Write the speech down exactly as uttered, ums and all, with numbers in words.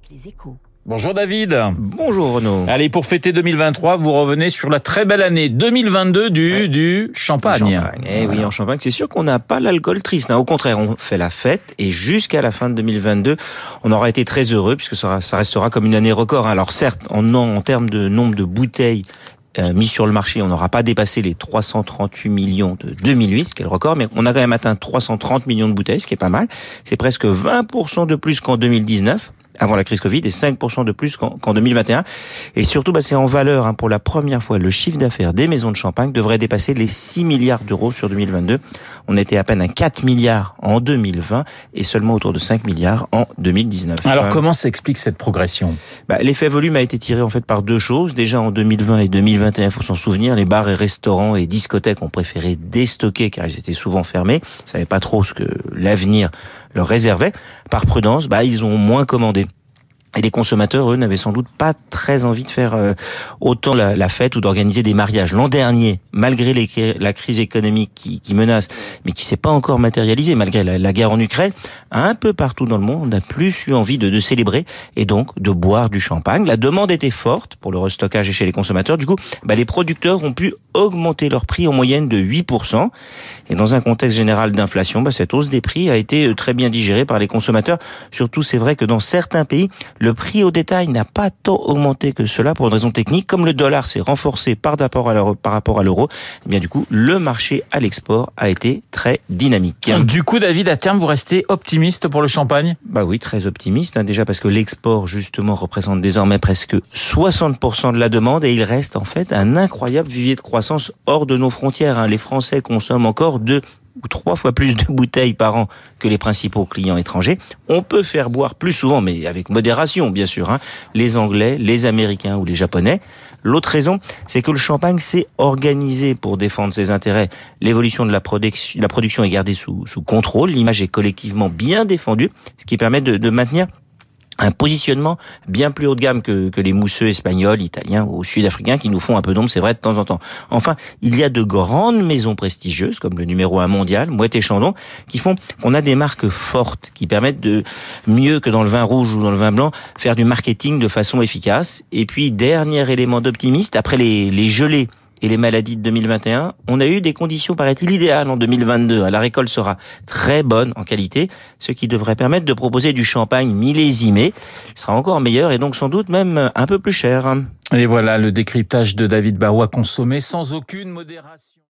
Les Échos. Bonjour David. Bonjour Renaud. Allez, pour fêter deux mille vingt-trois, vous revenez sur la très belle année deux mille vingt-deux du, ouais. du champagne. champagne. Eh voilà. Oui, en Champagne, c'est sûr qu'on n'a pas l'alcool triste. Hein. Au contraire, on fait la fête et jusqu'à la fin de deux mille vingt-deux, on aura été très heureux puisque ça restera comme une année record. Alors certes, en, en termes de nombre de bouteilles Euh, mis sur le marché, on n'aura pas dépassé les trois cent trente-huit millions de deux mille huit, ce qui est le record, mais on a quand même atteint trois cent trente millions de bouteilles, ce qui est pas mal. C'est presque vingt pour cent de plus qu'en deux mille dix-neuf, avant la crise Covid, et cinq pour cent de plus qu'en, qu'en deux mille vingt et un. Et surtout, bah, c'est en valeur, hein, pour la première fois, le chiffre d'affaires des maisons de champagne devrait dépasser les six milliards d'euros sur deux mille vingt-deux. On était à peine à quatre milliards en deux mille vingt et seulement autour de cinq milliards en deux mille dix-neuf. Alors, comment s'explique cette progression ? Bah, l'effet volume a été tiré en fait par deux choses. Déjà en deux mille vingt et deux mille vingt et un, il faut s'en souvenir, les bars et restaurants et discothèques ont préféré déstocker car ils étaient souvent fermés. Ils ne savaient pas trop ce que l'avenir leur réservait. Par prudence, bah, ils ont moins commandé. Et les consommateurs, eux, n'avaient sans doute pas très envie de faire euh, autant la, la fête ou d'organiser des mariages. L'an dernier, malgré les, la crise économique qui, qui menace, mais qui s'est pas encore matérialisée, malgré la, la guerre en Ukraine, un peu partout dans le monde, on a plus eu envie de, de célébrer et donc de boire du champagne. La demande était forte pour le restockage et chez les consommateurs. Du coup, bah, les producteurs ont pu augmenter leur prix en moyenne de huit pour cent. Et dans un contexte général d'inflation, bah, cette hausse des prix a été très bien digérée par les consommateurs. Surtout, c'est vrai que dans certains pays, le prix au détail n'a pas tant augmenté que cela pour une raison technique. Comme le dollar s'est renforcé par rapport à l'euro, par rapport à l'euro, eh bien du coup, le marché à l'export a été très dynamique. Du coup, David, à terme, vous restez optimiste pour le champagne ? Bah oui, très optimiste. Hein, déjà parce que l'export, justement, représente désormais presque soixante pour cent de la demande et il reste en fait un incroyable vivier de croissance hors de nos frontières. Hein. Les Français consomment encore deux ou trois fois plus de bouteilles par an que les principaux clients étrangers. On peut faire boire plus souvent, mais avec modération, bien sûr, hein, les Anglais, les Américains ou les Japonais. L'autre raison, c'est que le champagne s'est organisé pour défendre ses intérêts. L'évolution de la production, la production est gardée sous, sous contrôle. L'image est collectivement bien défendue, ce qui permet de, de maintenir un positionnement bien plus haut de gamme que, que les mousseux espagnols, italiens ou sud-africains qui nous font un peu d'ombre, c'est vrai, de temps en temps. Enfin, il y a de grandes maisons prestigieuses, comme le numéro un mondial, Moët et Chandon, qui font qu'on a des marques fortes, qui permettent de, mieux que dans le vin rouge ou dans le vin blanc, faire du marketing de façon efficace. Et puis, dernier élément d'optimiste, après les, les gelées et les maladies de deux mille vingt et un, on a eu des conditions, paraît-il, idéales en deux mille vingt-deux. La récolte sera très bonne en qualité, ce qui devrait permettre de proposer du champagne millésimé. Il sera encore meilleur et donc sans doute même un peu plus cher. Et voilà le décryptage de David Barrault, à consommer sans aucune modération.